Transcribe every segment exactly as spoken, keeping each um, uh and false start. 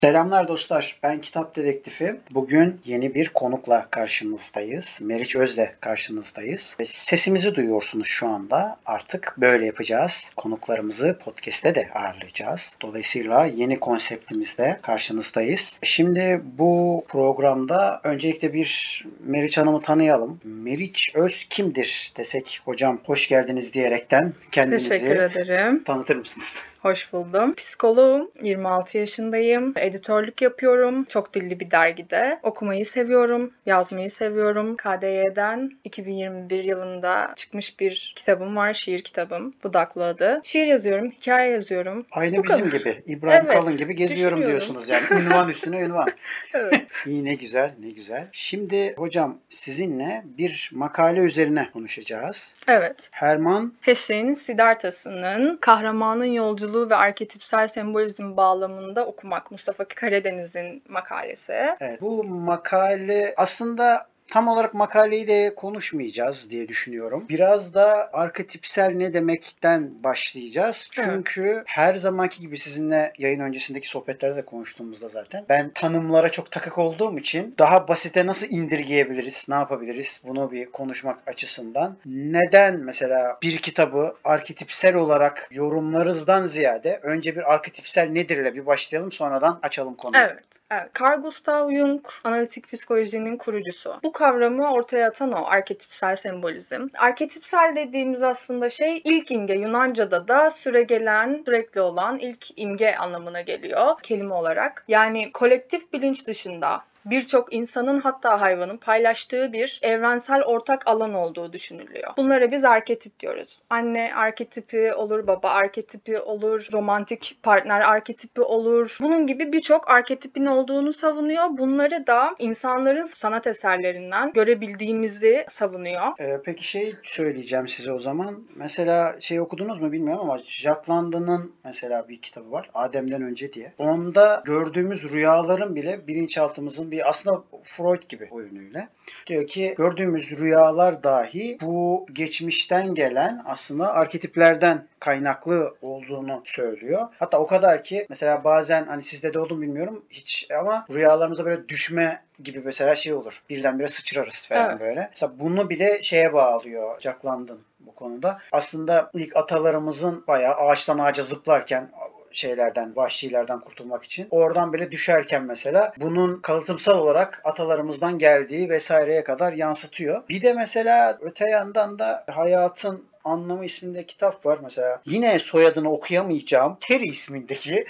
Selamlar dostlar, ben Kitap Dedektifi. Bugün yeni bir konukla karşınızdayız. Meriç Öz'le karşınızdayız. Sesimizi duyuyorsunuz şu anda. Artık böyle yapacağız. Konuklarımızı podcast'te de ağırlayacağız. Dolayısıyla yeni konseptimizde karşınızdayız. Şimdi bu programda öncelikle bir Meriç Hanım'ı tanıyalım. Meriç Öz kimdir desek hocam hoş geldiniz diyerekten kendinizi Teşekkür ederim. tanıtır mısınız? Hoş buldum. Psikoloğum, yirmi altı yaşındayım. Editörlük yapıyorum. Çok dilli bir dergide. Okumayı seviyorum, yazmayı seviyorum. K D Y'den iki bin yirmi bir yılında çıkmış bir kitabım var, şiir kitabım. Budaklı adı. Şiir yazıyorum, hikaye yazıyorum. Aynı Bu bizim kadar. gibi. İbrahim Evet, Kalın gibi geziyorum düşünüyorum. diyorsunuz yani. Ünvan üstüne ünvan. Evet. İyi, ne güzel, ne güzel. Şimdi hocam sizinle bir makale üzerine konuşacağız. Evet. Hermann Hesse'nin Siddhartha'sının kahramanın yolculuğu ve arketipsel sembolizm bağlamında okumak. Mustafa Karadeniz'in makalesi. Evet, bu makale aslında tam olarak makaleyi de konuşmayacağız diye düşünüyorum. Biraz da arketipsel ne demekten başlayacağız. Çünkü evet. Her zamanki gibi sizinle yayın öncesindeki sohbetlerde de konuştuğumuzda zaten ben tanımlara çok takık olduğum için daha basite nasıl indirgeyebiliriz, ne yapabiliriz bunu bir konuşmak açısından. Neden mesela bir kitabı arketipsel olarak yorumlarızdan ziyade önce bir arketipsel nedir ile bir başlayalım, sonradan açalım konuyu. Evet. Evet. Carl Gustav Jung analitik psikolojinin kurucusu. Bu kavramı ortaya atan o arketipsel sembolizm. Arketipsel dediğimiz aslında şey ilk imge, Yunanca'da da süregelen, sürekli olan ilk imge anlamına geliyor kelime olarak. Yani kolektif bilinç dışında birçok insanın hatta hayvanın paylaştığı bir evrensel ortak alan olduğu düşünülüyor. Bunlara biz arketip diyoruz. Anne arketipi olur, baba arketipi olur, romantik partner arketipi olur. Bunun gibi birçok arketipin olduğunu savunuyor. Bunları da insanların sanat eserlerinden görebildiğimizi savunuyor. Ee, peki şey söyleyeceğim size o zaman. Mesela şey okudunuz mu bilmiyorum ama Jack London'ın mesela bir kitabı var. Adem'den Önce diye. Onda gördüğümüz rüyaların bile bilinçaltımızın bir aslında Freud gibi oyunuyla. Diyor ki gördüğümüz rüyalar dahi bu geçmişten gelen aslında arketiplerden kaynaklı olduğunu söylüyor. Hatta o kadar ki mesela bazen hani sizde de oldu mu bilmiyorum hiç ama rüyalarımıza böyle düşme gibi mesela şey olur. Birdenbire sıçrarız falan evet. Böyle. Mesela bunu bile şeye bağlıyor Jack London bu konuda. Aslında ilk atalarımızın bayağı ağaçtan ağaca zıplarken şeylerden, vahşilerden kurtulmak için. Oradan bile düşerken mesela bunun kalıtımsal olarak atalarımızdan geldiği vesaireye kadar yansıtıyor. Bir de mesela öte yandan da Hayatın Anlamı isminde kitap var mesela. Yine soyadını okuyamayacağım Terry ismindeki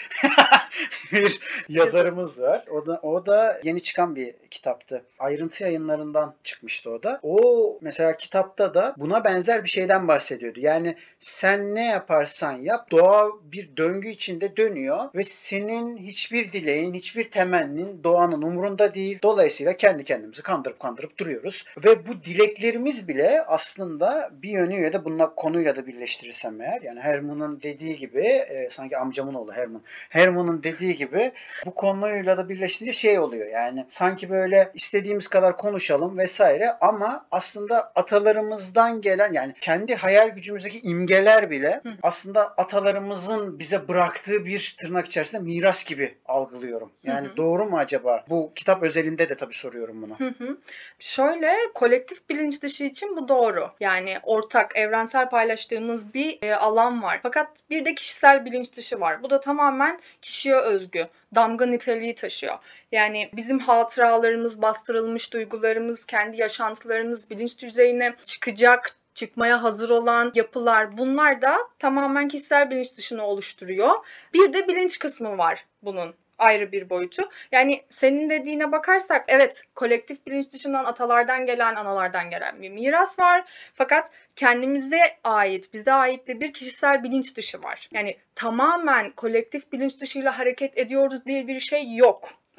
bir yazarımız var. O da o da yeni çıkan bir kitaptı. Ayrıntı Yayınlarından çıkmıştı o da. O mesela kitapta da buna benzer bir şeyden bahsediyordu. Yani sen ne yaparsan yap doğa bir döngü içinde dönüyor ve senin hiçbir dileğin, hiçbir temennin doğanın umurunda değil. Dolayısıyla kendi kendimizi kandırıp kandırıp duruyoruz. Ve bu dileklerimiz bile aslında bir yönüyle de bununla konuyla da birleştirirsem eğer yani Hermann'ın dediği gibi e, sanki amcamın oğlu Hermann. Hermann'ın dediği gibi bu konuyla da birleştirince şey oluyor yani sanki böyle istediğimiz kadar konuşalım vesaire ama aslında atalarımızdan gelen yani kendi hayal gücümüzdeki imgeler bile aslında atalarımızın bize bıraktığı bir tırnak içerisinde miras gibi algılıyorum. Yani hı hı. Doğru mu acaba? Bu kitap özelinde de tabii soruyorum bunu. Hı hı. Şöyle kolektif bilinç dışı için bu doğru. Yani ortak, evrensel paylaştığımız bir e, alan var. Fakat bir de kişisel bilinç dışı var. Bu da tamamen kişiye özgü. Damga niteliği taşıyor. Yani bizim hatıralarımız, bastırılmış duygularımız, kendi yaşantılarımız bilinç düzeyine çıkacak, çıkmaya hazır olan yapılar bunlar da tamamen kişisel bilinç dışını oluşturuyor. Bir de bilinç kısmı var bunun. Ayrı bir boyutu. Yani senin dediğine bakarsak evet kolektif bilinç dışından atalardan gelen, analardan gelen bir miras var. Fakat kendimize ait, bize ait de bir kişisel bilinç dışı var. Yani tamamen kolektif bilinç dışıyla hareket ediyoruz diye bir şey yok. Evet.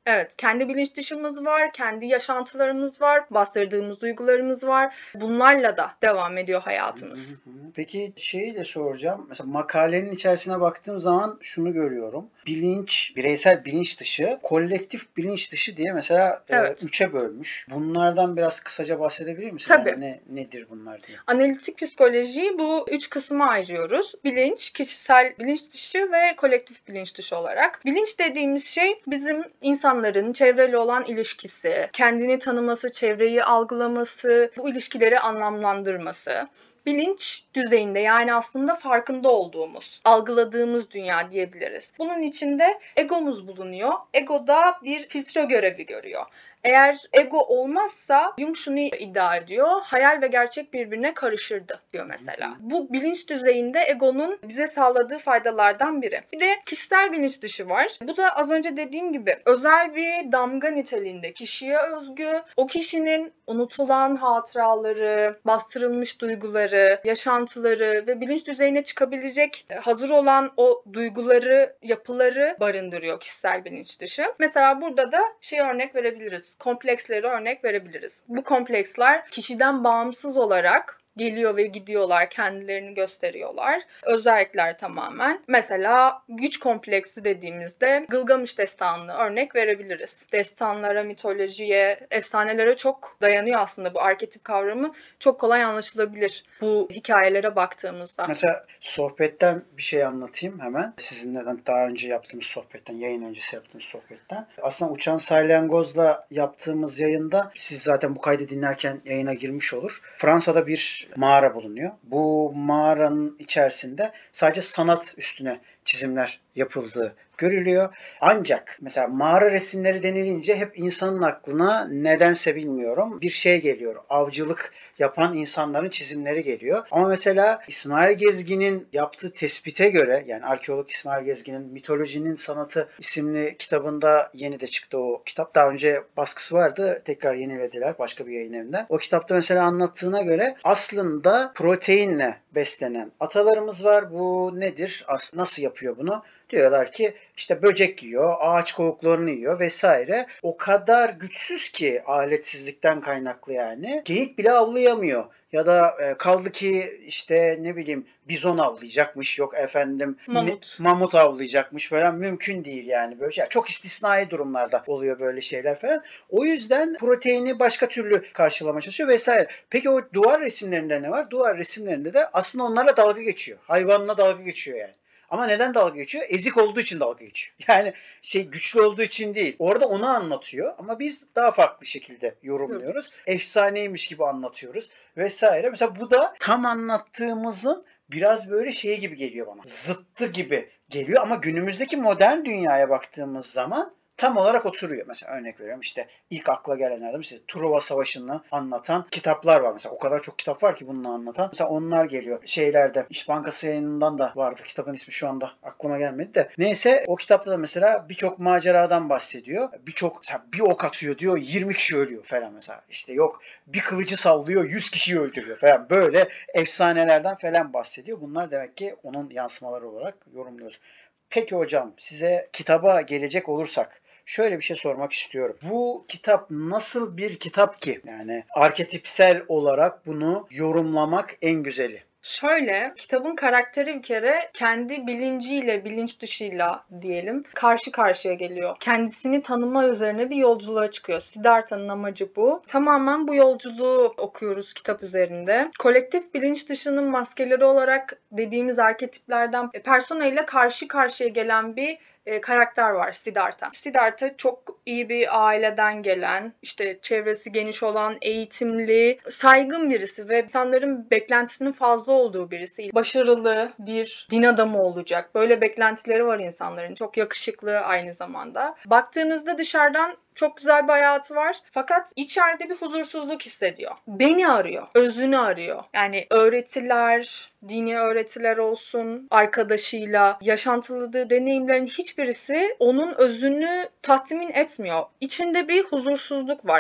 Evet, kendi bilinç dışımız var, kendi yaşantılarımız var, bastırdığımız duygularımız var. Bunlarla da devam ediyor hayatımız. Peki şeyi de soracağım. Mesela makalenin içerisine baktığım zaman şunu görüyorum. Bilinç, bireysel bilinç dışı, kolektif bilinç dışı diye mesela Evet. e, üçe bölmüş. Bunlardan biraz kısaca bahsedebilir misin? Tabii. Yani ne, nedir bunlar diye. Analitik psikolojiyi bu üç kısma ayırıyoruz. Bilinç, kişisel bilinç dışı ve kolektif bilinç dışı olarak. Bilinç dediğimiz şey bizim insanların çevreyle olan ilişkisi, kendini tanıması, çevreyi algılaması, bu ilişkileri anlamlandırması. Bilinç düzeyinde, yani aslında farkında olduğumuz, algıladığımız dünya diyebiliriz. Bunun içinde egomuz bulunuyor. Ego da bir filtre görevi görüyor. Eğer ego olmazsa Jung şunu iddia ediyor. Hayal ve gerçek birbirine karışırdı diyor mesela. Bu bilinç düzeyinde egonun bize sağladığı faydalardan biri. Bir de kişisel bilinç dışı var. Bu da az önce dediğim gibi özel bir damga niteliğinde, kişiye özgü, o kişinin unutulan hatıraları, bastırılmış duyguları, yaşantıları ve bilinç düzeyine çıkabilecek hazır olan o duyguları, yapıları barındırıyor kişisel bilinç dışı. Mesela burada da şey örnek verebiliriz. Kompleksleri örnek verebiliriz. Bu kompleksler kişiden bağımsız olarak geliyor ve gidiyorlar, kendilerini gösteriyorlar. Özellikler tamamen. Mesela güç kompleksi dediğimizde Gılgamış Destanı'nı örnek verebiliriz. Destanlara, mitolojiye, efsanelere çok dayanıyor aslında bu arketip kavramı. Çok kolay anlaşılabilir bu hikayelere baktığımızda. Mesela sohbetten bir şey anlatayım hemen. Sizinle daha önce yaptığımız sohbetten, yayın öncesi yaptığımız sohbetten. Aslında Uçan Salyangoz'la yaptığımız yayında, siz zaten bu kaydı dinlerken yayına girmiş olur. Fransa'da bir mağara bulunuyor. Bu mağaranın içerisinde sadece sanat üstüne çizimler yapıldığı görülüyor. Ancak mesela mağara resimleri denilince hep insanın aklına nedense bilmiyorum bir şey geliyor. Avcılık yapan insanların çizimleri geliyor. Ama mesela İsmail Gezgin'in yaptığı tespite göre, yani arkeolog İsmail Gezgin'in Mitolojinin Sanatı isimli kitabında, yeni de çıktı o kitap. Daha önce baskısı vardı. Tekrar yenilediler başka bir yayın evinden. O kitapta mesela anlattığına göre aslında proteinle beslenen atalarımız var. Bu nedir? Nasıl yapıyor bunu? Diyorlar ki işte böcek yiyor, ağaç kovuklarını yiyor vesaire. O kadar güçsüz ki, aletsizlikten kaynaklı yani. Geyik bile avlayamıyor. Ya da e, kaldı ki işte ne bileyim bizon avlayacakmış, yok efendim Mamut. ne, mamut avlayacakmış falan, mümkün değil yani böyle şey. Çok istisnai durumlarda oluyor böyle şeyler falan. O yüzden proteini başka türlü karşılamaya çalışıyor vesaire. Peki o duvar resimlerinde ne var? Duvar resimlerinde de aslında onlarla dalga geçiyor. Hayvanla dalga geçiyor yani. Ama neden dalga geçiyor? Ezik olduğu için dalga geçiyor. Yani şey, güçlü olduğu için değil. Orada onu anlatıyor ama biz daha farklı şekilde yorumluyoruz. Efsaneymiş gibi anlatıyoruz vesaire. Mesela bu da tam anlattığımızın biraz böyle şeyi gibi geliyor bana. Zıttı gibi geliyor ama günümüzdeki modern dünyaya baktığımız zaman tam olarak oturuyor. Mesela örnek veriyorum, işte ilk akla gelenlerden mesela Truva Savaşı'nı anlatan kitaplar var. Mesela o kadar çok kitap var ki bunu anlatan. Mesela onlar geliyor. Şeylerde İş Bankası yayınından da vardı. Kitabın ismi şu anda aklıma gelmedi de. Neyse, o kitapta da mesela birçok maceradan bahsediyor. Birçok, mesela bir ok atıyor diyor yirmi kişi ölüyor falan mesela. İşte yok bir kılıcı sallıyor yüz kişiyi öldürüyor falan. Böyle efsanelerden falan bahsediyor. Bunlar demek ki onun yansımaları olarak yorumluyoruz. Peki hocam, size kitaba gelecek olursak şöyle bir şey sormak istiyorum. Bu kitap nasıl bir kitap ki? Yani arketipsel olarak bunu yorumlamak en güzeli. Şöyle, kitabın karakteri bir kere kendi bilinciyle, bilinç dışıyla diyelim karşı karşıya geliyor. Kendisini tanıma üzerine bir yolculuğa çıkıyor. Siddhartha'nın amacı bu. Tamamen bu yolculuğu okuyoruz kitap üzerinde. Kolektif bilinç dışının maskeleri olarak dediğimiz arketiplerden persona ile karşı karşıya gelen bir e, karakter var, Siddhartha. Siddhartha çok iyi bir aileden gelen, işte çevresi geniş olan, eğitimli, saygın birisi ve insanların beklentisinin fazla olduğu birisi. Başarılı bir din adamı olacak. Böyle beklentileri var insanların. Çok yakışıklı aynı zamanda. Baktığınızda dışarıdan çok güzel bir hayatı var. Fakat içeride bir huzursuzluk hissediyor. Beni arıyor. Özünü arıyor. Yani öğretiler, dini öğretiler olsun, arkadaşıyla yaşantıladığı deneyimlerin hiçbirisi onun özünü tatmin etmiyor. İçinde bir huzursuzluk var.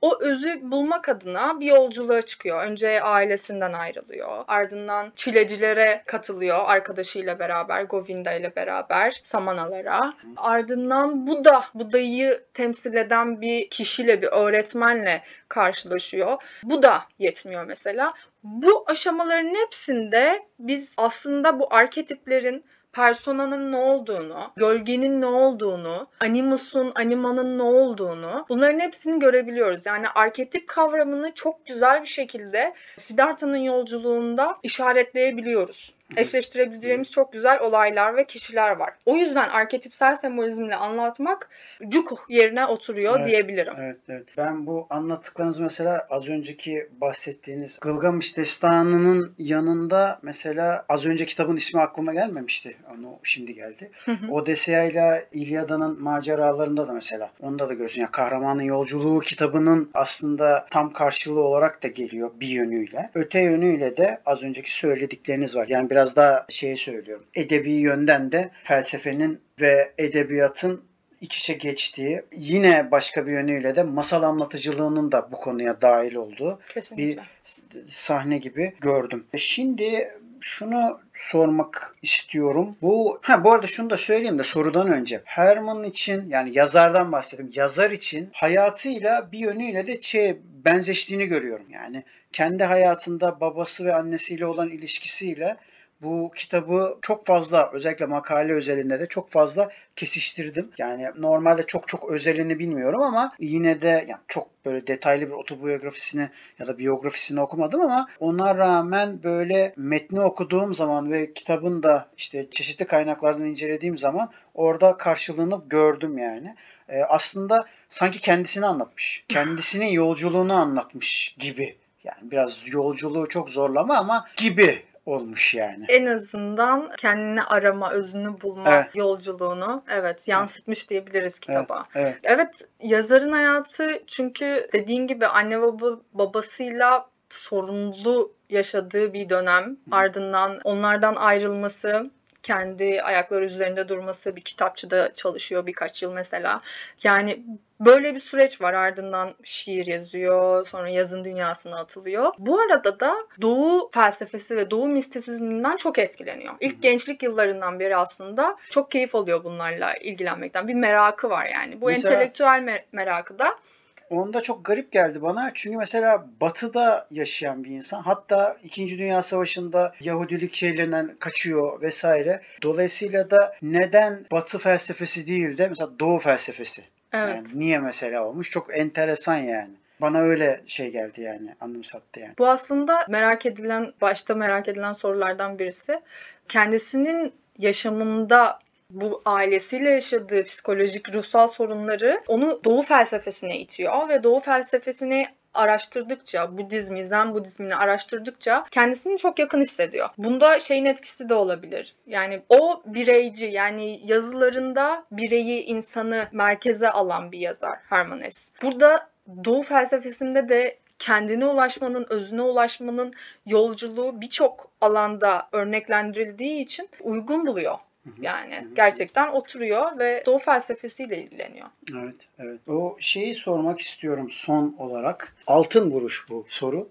o özü bulmak adına bir yolculuğa çıkıyor. Önce ailesinden ayrılıyor. Ardından çilecilere katılıyor arkadaşıyla beraber, Govinda ile beraber Samanalara. Ardından Buda, Buda'yı temsil eden bir kişiyle, bir öğretmenle karşılaşıyor. Bu da yetmiyor mesela. Bu aşamaların hepsinde biz aslında bu arketiplerin, personanın ne olduğunu, gölgenin ne olduğunu, animusun, animanın ne olduğunu, bunların hepsini görebiliyoruz. Yani arketip kavramını çok güzel bir şekilde Siddhartha'nın yolculuğunda işaretleyebiliyoruz. Eşleştirebileceğimiz çok güzel olaylar ve kişiler var. O yüzden arketipsel sembolizmle anlatmak cuk yerine oturuyor Evet, diyebilirim. Evet, evet. Ben bu anlattıklarınız mesela az önceki bahsettiğiniz Gılgamış Destanı'nın yanında mesela az önce kitabın ismi aklıma gelmemişti. Onu şimdi geldi. Odysseia ile İlyada'nın maceralarında da mesela onda da görüyorsun. Yani kahramanın yolculuğu kitabının aslında tam karşılığı olarak da geliyor bir yönüyle. Öte yönüyle de az önceki söyledikleriniz var. Yani biraz daha şeyi söylüyorum. Edebi yönden de felsefenin ve edebiyatın iç içe geçtiği, yine başka bir yönüyle de masal anlatıcılığının da bu konuya dahil olduğu Kesinlikle. bir sahne gibi gördüm. Şimdi şunu sormak istiyorum. Bu ha bu arada şunu da söyleyeyim de sorudan önce. Herman için, yani yazardan bahsedeyim. Yazar için hayatıyla bir yönüyle de şey benzeştiğini görüyorum. Yani kendi hayatında babası ve annesiyle olan ilişkisiyle bu kitabı çok fazla, özellikle makale özelinde de çok fazla kesiştirdim. Yani normalde çok çok özelini bilmiyorum ama yine de yani çok böyle detaylı bir otobiyografisini ya da biyografisini okumadım ama ona rağmen böyle metni okuduğum zaman ve kitabın da işte çeşitli kaynaklardan incelediğim zaman orada karşılığını gördüm yani. Ee, aslında sanki kendisini anlatmış. Kendisinin yolculuğunu anlatmış gibi. Yani biraz yolculuğu çok zorlama ama gibi olmuş yani. En azından kendini arama, özünü bulma Evet. yolculuğunu evet yansıtmış diyebiliriz kitaba. Evet. Evet, yazarın hayatı çünkü dediğin gibi anne baba babasıyla sorunlu yaşadığı bir dönem. Ardından onlardan ayrılması, kendi ayakları üzerinde durması, bir kitapçıda çalışıyor birkaç yıl mesela. Yani böyle bir süreç var. Ardından şiir yazıyor, sonra yazın dünyasına atılıyor. Bu arada da Doğu felsefesi ve Doğu mistisizminden çok etkileniyor. İlk gençlik yıllarından beri aslında çok keyif alıyor bunlarla ilgilenmekten. Bir merakı var yani. Bu Mesela- entelektüel me- merakı da Onda çok garip geldi bana. Çünkü mesela Batı'da yaşayan bir insan. Hatta İkinci Dünya Savaşı'nda Yahudilik şeylerinden kaçıyor vesaire. Dolayısıyla da neden Batı felsefesi değil de mesela Doğu felsefesi? evet. Yani niye mesela olmuş? Çok enteresan yani. Bana öyle şey geldi yani. Anımsattı yani. Bu aslında merak edilen, başta merak edilen sorulardan birisi. Kendisinin yaşamında bu ailesiyle yaşadığı psikolojik, ruhsal sorunları onu Doğu felsefesine itiyor ve Doğu felsefesini araştırdıkça, Budizmi, Zen Budizmini araştırdıkça kendisini çok yakın hissediyor. Bunda şeyin etkisi de olabilir. Yani o bireyci, yani yazılarında bireyi, insanı merkeze alan bir yazar Herman Hesse. Burada Doğu felsefesinde de kendine ulaşmanın, özüne ulaşmanın yolculuğu birçok alanda örneklendirildiği için uygun buluyor. Yani gerçekten oturuyor ve Doğu felsefesiyle ilgileniyor. Evet, evet. O şeyi sormak istiyorum son olarak. Altın vuruş bu soru.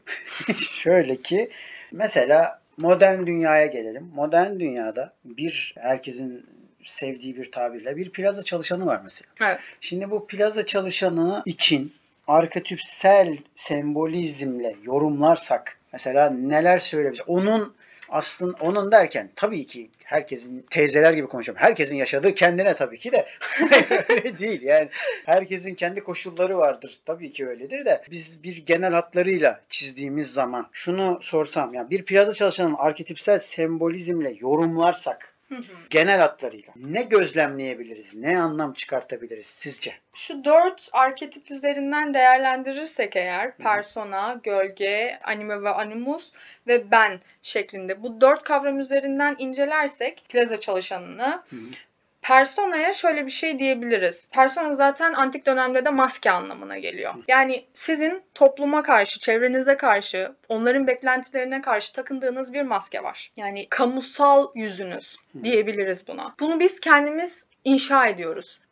Şöyle ki mesela modern dünyaya gelelim. Modern dünyada bir herkesin sevdiği bir tabirle bir plaza çalışanı var mesela. Evet. Şimdi bu plaza çalışanı için arketipsel sembolizmle yorumlarsak mesela neler söyleyebiliriz? Onun aslında onun derken tabii ki herkesin teyzeler gibi konuşuyorum. Herkesin yaşadığı kendine tabii ki de öyle değil. Yani herkesin kendi koşulları vardır. Tabii ki öyledir de biz bir genel hatlarıyla çizdiğimiz zaman şunu sorsam yani bir plaza çalışanın arketipsel sembolizmle yorumlarsak genel hatlarıyla ne gözlemleyebiliriz? Ne anlam çıkartabiliriz sizce? Şu dört arketip üzerinden değerlendirirsek eğer persona, gölge, anime ve animus ve ben şeklinde bu dört kavram üzerinden incelersek plaza çalışanını Hı. personaya şöyle bir şey diyebiliriz. Persona zaten antik dönemde de maske anlamına geliyor. Yani sizin topluma karşı, çevrenize karşı, onların beklentilerine karşı takındığınız bir maske var. Yani kamusal yüzünüz diyebiliriz buna. Bunu biz kendimiz inşa ediyoruz.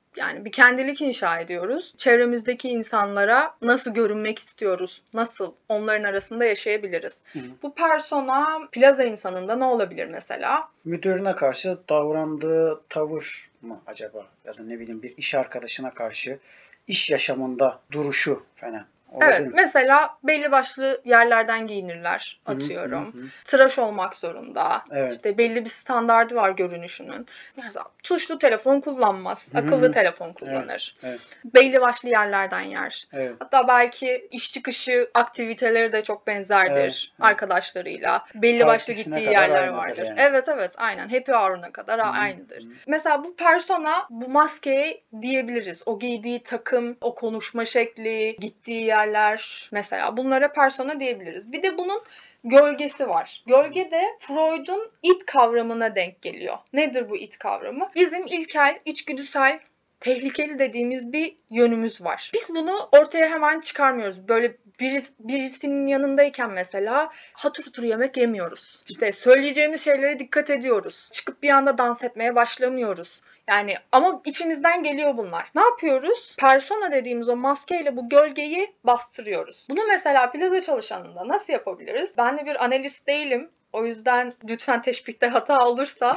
Yani bir kendilik inşa ediyoruz. Çevremizdeki insanlara nasıl görünmek istiyoruz? Nasıl onların arasında yaşayabiliriz? Hı hı. Bu persona plaza insanında ne olabilir mesela? Müdürüne karşı davrandığı tavır mı acaba? Ya da ne bileyim bir iş arkadaşına karşı iş yaşamında duruşu falan olabilir Evet, mi? mesela belli başlı yerlerden giyinirler, Hı hı, hı atıyorum. hı. Tıraş olmak zorunda. Evet. İşte belli bir standardı var görünüşünün. Mesela tuşlu telefon kullanmaz, Hı hı akıllı hı. telefon Evet, kullanır. evet, Belli başlı yerlerden yer. evet, Hatta belki iş çıkışı aktiviteleri de çok evet, benzerdir evet. arkadaşlarıyla. Belli başlı Partisine gittiği kadar yerler aynıdır vardır. yani. Evet evet aynen. Happy hour'una kadar Hı a- hı, hı. aynıdır. Mesela bu persona, bu maskeye diyebiliriz. O giydiği takım, o konuşma şekli, gittiği yerler mesela bunlara persona diyebiliriz. Bir de bunun gölgesi var. Gölge de Freud'un id kavramına denk geliyor. Nedir bu id kavramı? Bizim ilkel, içgüdüsel, tehlikeli dediğimiz bir yönümüz var. Biz bunu ortaya hemen çıkarmıyoruz. Böyle biris, birisinin yanındayken mesela hatır hutur yemek yemiyoruz. İşte söyleyeceğimiz şeylere dikkat ediyoruz. Çıkıp bir anda dans etmeye başlamıyoruz. Yani ama içimizden geliyor bunlar. Ne yapıyoruz? Persona dediğimiz o maskeyle bu gölgeyi bastırıyoruz. Bunu mesela plaza çalışanında nasıl yapabiliriz? Ben de bir analist değilim. O yüzden lütfen teşbihte hata olursa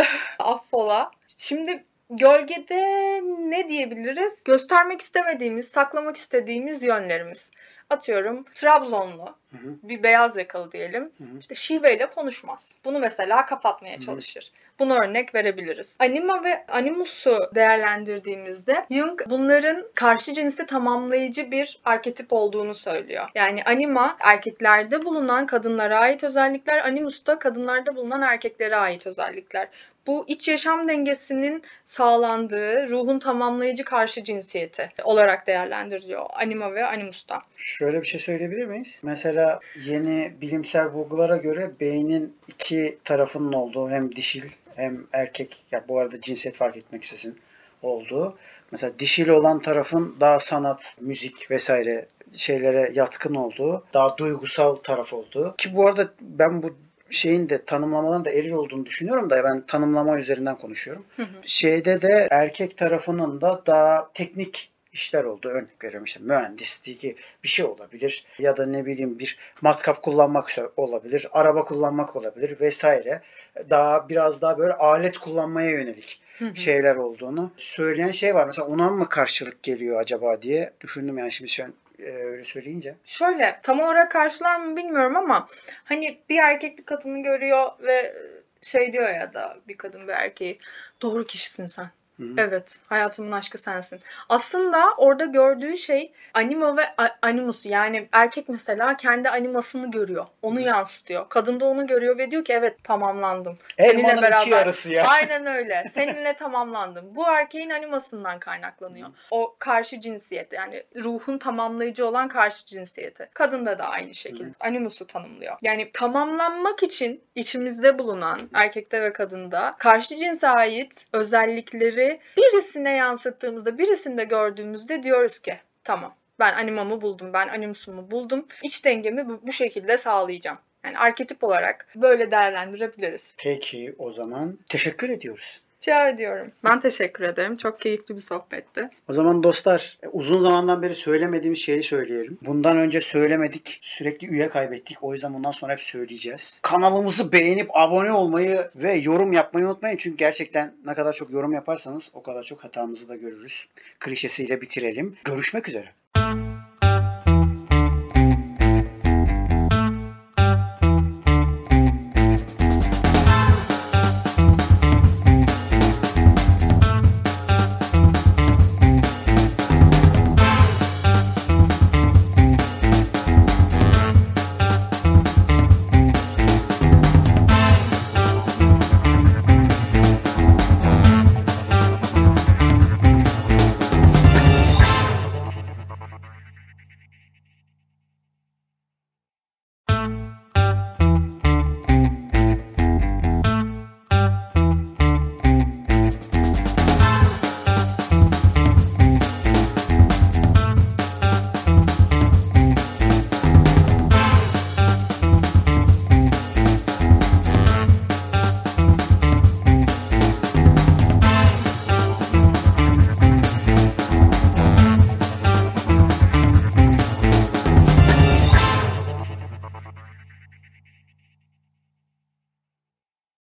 affola. Şimdi gölgede ne diyebiliriz? Göstermek istemediğimiz, saklamak istediğimiz yönlerimiz. Atıyorum Trabzonlu, Hı hı, bir beyaz yakalı diyelim. hı hı, İşte şiveyle konuşmaz. Bunu mesela kapatmaya hı hı. çalışır. Buna örnek verebiliriz. Anima ve animusu değerlendirdiğimizde Jung bunların karşı cinsi tamamlayıcı bir arketip olduğunu söylüyor. Yani anima erkeklerde bulunan kadınlara ait özellikler, animus da kadınlarda bulunan erkeklere ait özellikler. Bu iç yaşam dengesinin sağlandığı ruhun tamamlayıcı karşı cinsiyeti olarak değerlendiriliyor anima ve animusta. Şöyle bir şey söyleyebilir miyiz? Mesela yeni bilimsel bulgulara göre beynin iki tarafının olduğu, hem dişil hem erkek, ya bu arada cinsiyet fark etmeksizin olduğu. Mesela dişil olan tarafın daha sanat, müzik vesaire şeylere yatkın olduğu, daha duygusal taraf olduğu. Ki bu arada ben bu şeyin de tanımlamadan da eril olduğunu düşünüyorum da ben tanımlama üzerinden konuşuyorum. Hı hı. Şeyde de erkek tarafının da daha teknik işler oldu. Örnek veriyorum, işte mühendisliği bir şey olabilir ya da ne bileyim bir matkap kullanmak olabilir, araba kullanmak olabilir vesaire. Daha biraz daha böyle alet kullanmaya yönelik Hı hı. şeyler olduğunu söyleyen şey var. Mesela ona mı karşılık geliyor acaba diye düşündüm yani şimdi sen e, öyle söyleyince. Şöyle tam olarak karşılar mı bilmiyorum ama hani bir erkek bir kadını görüyor ve şey diyor ya da bir kadın bir erkeği doğru kişisin sen. Hı hı. Evet, hayatımın aşkı sensin. Aslında orada gördüğü şey anima ve a- animusu. Yani erkek mesela kendi animasını görüyor. Onu Hı. yansıtıyor. Kadın da onu görüyor ve diyor ki evet tamamlandım. Elmanın Seninle iki beraber. yarısı ya. Aynen öyle. Seninle tamamlandım. Bu erkeğin animasından kaynaklanıyor. O karşı cinsiyet yani ruhun tamamlayıcı olan karşı cinsiyeti. Kadında da aynı şekilde. Animusu tanımlıyor. Yani tamamlanmak için içimizde bulunan erkekte ve kadında karşı cinse ait özellikleri birisine yansıttığımızda, birisinde gördüğümüzde diyoruz ki tamam ben animamı buldum, ben animusumu buldum. İç dengemi bu, bu şekilde sağlayacağım. Yani arketip olarak böyle değerlendirebiliriz. Peki o zaman teşekkür ediyoruz. Rica ediyorum. Ben teşekkür ederim. Çok keyifli bir sohbetti. O zaman dostlar uzun zamandan beri söylemediğimiz şeyi söyleyelim. Bundan önce söylemedik. Sürekli üye kaybettik. O yüzden bundan sonra hep söyleyeceğiz. Kanalımızı beğenip abone olmayı ve yorum yapmayı unutmayın. Çünkü gerçekten ne kadar çok yorum yaparsanız o kadar çok hatamızı da görürüz. Klişesiyle bitirelim. Görüşmek üzere.